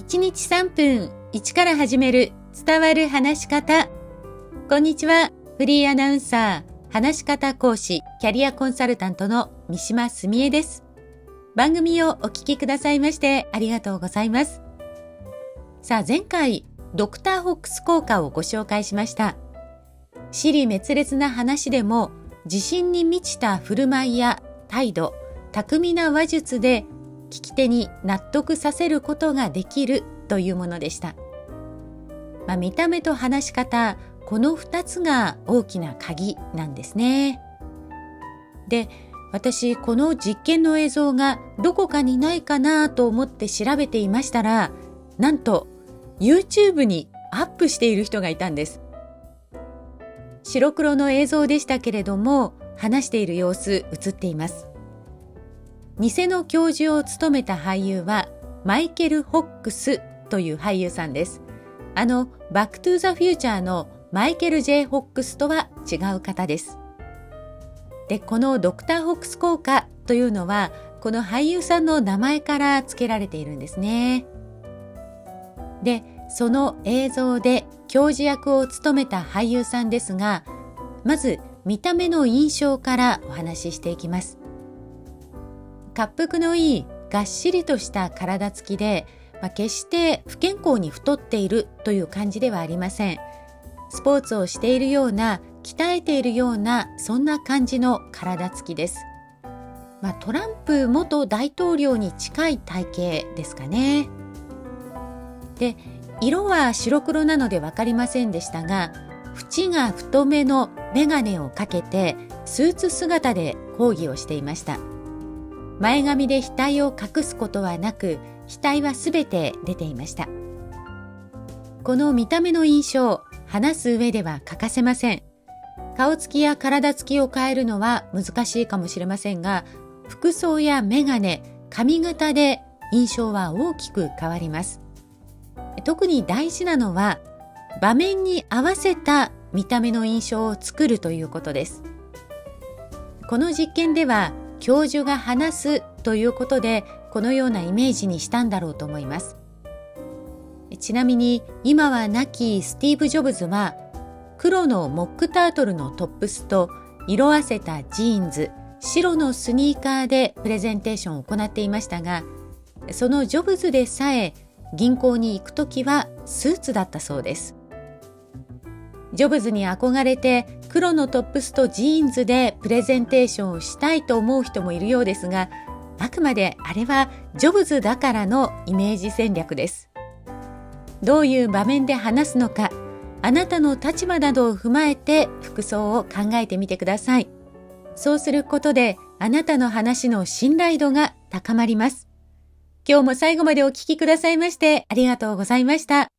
1日3分1から始める伝わる話し方。こんにちは。フリーアナウンサー、話し方講師、キャリアコンサルタントの三島澄江です。番組をお聞きくださいましてありがとうございます。さあ前回、ドクターホックス効果をご紹介しました。支離滅裂な話でも自信に満ちた振る舞いや態度、巧みな話術で聞き手に納得させることができるというものでした。見た目と話し方、この2つが大きな鍵なんですね。で、私この実験の映像がどこかにないかなと思って調べていましたら、なんと YouTube にアップしている人がいたんです。白黒の映像でしたけれども、話している様子映っています。偽の教授を務めた俳優はマイケル・ホックスという俳優さんです。バックトゥーザフューチャーのマイケル・ J. ホックスとは違う方です。で、このドクターホックス効果というのは、この俳優さんの名前から付けられているんですね。で、その映像で教授役を務めた俳優さんですが、まず見た目の印象からお話ししていきます。滑腹のいいがっしりとした体つきで、決して不健康に太っているという感じではありません。スポーツをしているような、鍛えているような、そんな感じの体つきです。トランプ元大統領に近い体型ですかね。で、色は白黒なので分かりませんでしたが、縁が太めのメガネをかけてスーツ姿で講義をしていました。前髪で額を隠すことはなく、額はすべて出ていました。この見た目の印象、話す上では欠かせません。顔つきや体つきを変えるのは難しいかもしれませんが、服装やメガネ、髪型で印象は大きく変わります。特に大事なのは、場面に合わせた見た目の印象を作るということです。この実験では、教授が話すということで、このようなイメージにしたんだろうと思います。ちなみに今は亡きスティーブ・ジョブズは黒のモックタートルのトップスと色あせたジーンズ、白のスニーカーでプレゼンテーションを行っていましたが、そのジョブズでさえ銀行に行くときはスーツだったそうです。ジョブズに憧れて黒のトップスとジーンズでプレゼンテーションをしたいと思う人もいるようですが、あくまであれはジョブズだからのイメージ戦略です。どういう場面で話すのか、あなたの立場などを踏まえて服装を考えてみてください。そうすることであなたの話の信頼度が高まります。今日も最後までお聞きくださいましてありがとうございました。